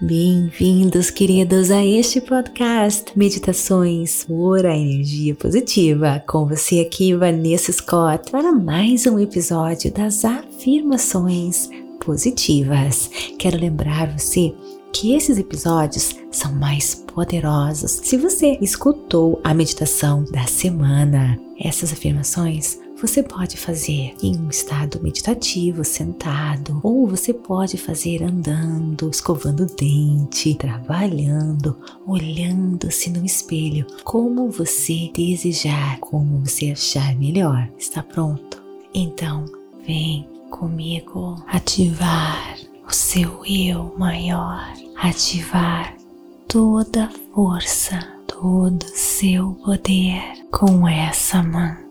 Bem-vindos, queridos, a este podcast Meditações por a Energia Positiva. Com você aqui, Vanessa Scott, para mais um episódio das afirmações positivas. Quero lembrar você que esses episódios são mais poderosos se você escutou a meditação da semana. Essas afirmações você pode fazer em um estado meditativo, sentado, ou você pode fazer andando, escovando o dente, trabalhando, olhando-se no espelho, como você desejar, como você achar melhor. Está pronto? Então, vem comigo ativar o seu eu maior, ativar toda a força, todo o seu poder com essa mantra.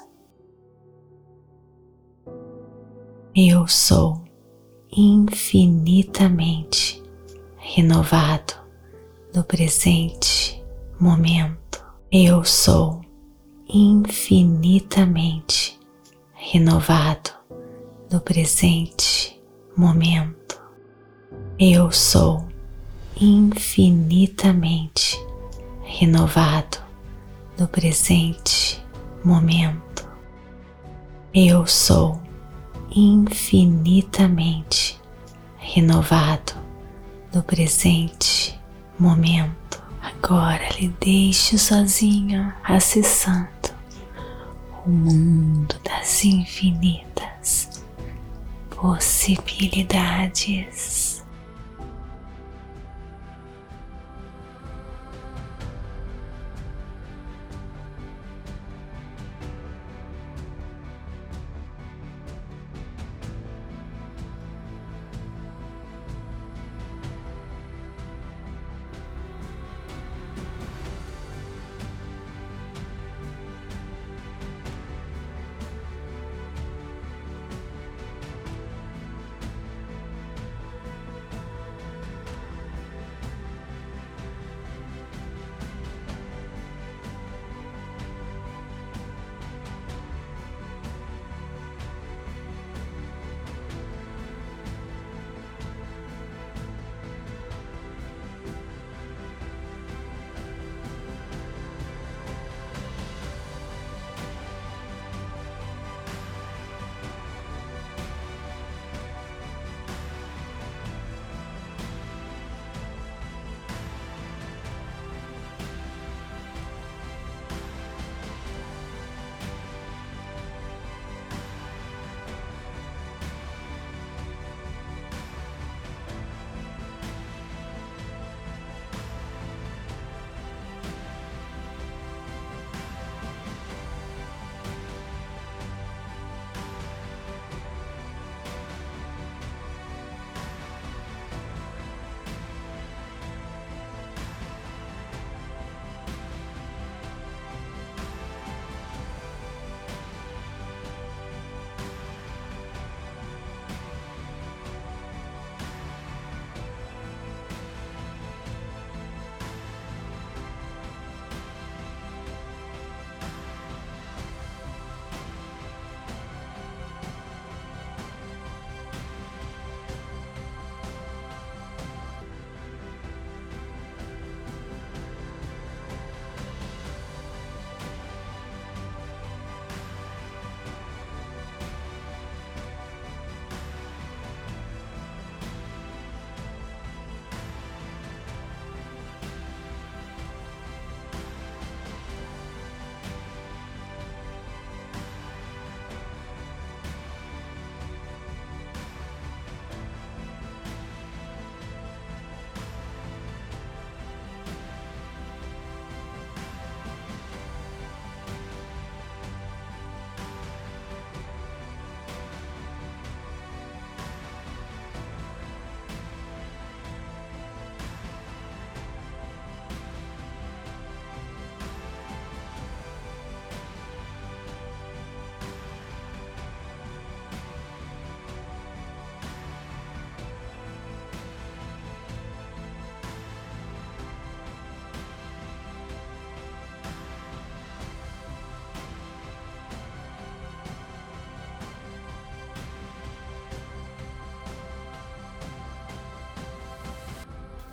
Eu sou infinitamente renovado no presente momento. Eu sou infinitamente renovado no presente momento. Eu sou infinitamente renovado no presente momento. Eu sou infinitamente renovado no presente momento. Agora lhe deixo sozinho acessando o mundo das infinitas possibilidades.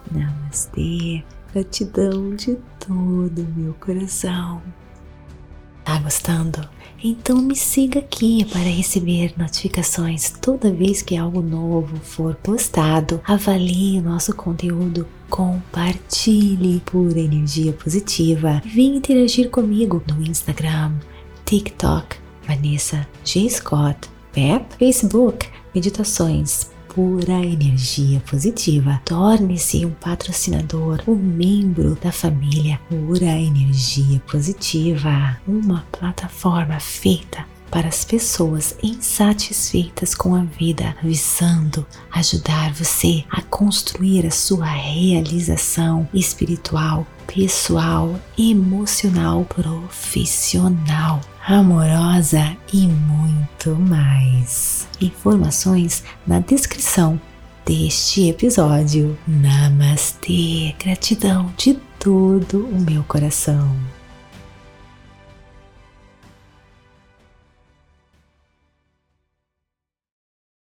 Namastê, gratidão de todo o meu coração. Tá gostando? Então me siga aqui para receber notificações toda vez que algo novo for postado. Avalie o nosso conteúdo, compartilhe por energia positiva. Venha interagir comigo no Instagram, TikTok, Vanessa G. Scott, Facebook, Meditações Pura Energia Positiva. Torne-se um patrocinador, um membro da família Pura Energia Positiva, uma plataforma feita para as pessoas insatisfeitas com a vida, visando ajudar você a construir a sua realização espiritual, pessoal, emocional, profissional, amorosa e muito mais. Informações na descrição deste episódio. Namastê, gratidão de todo o meu coração.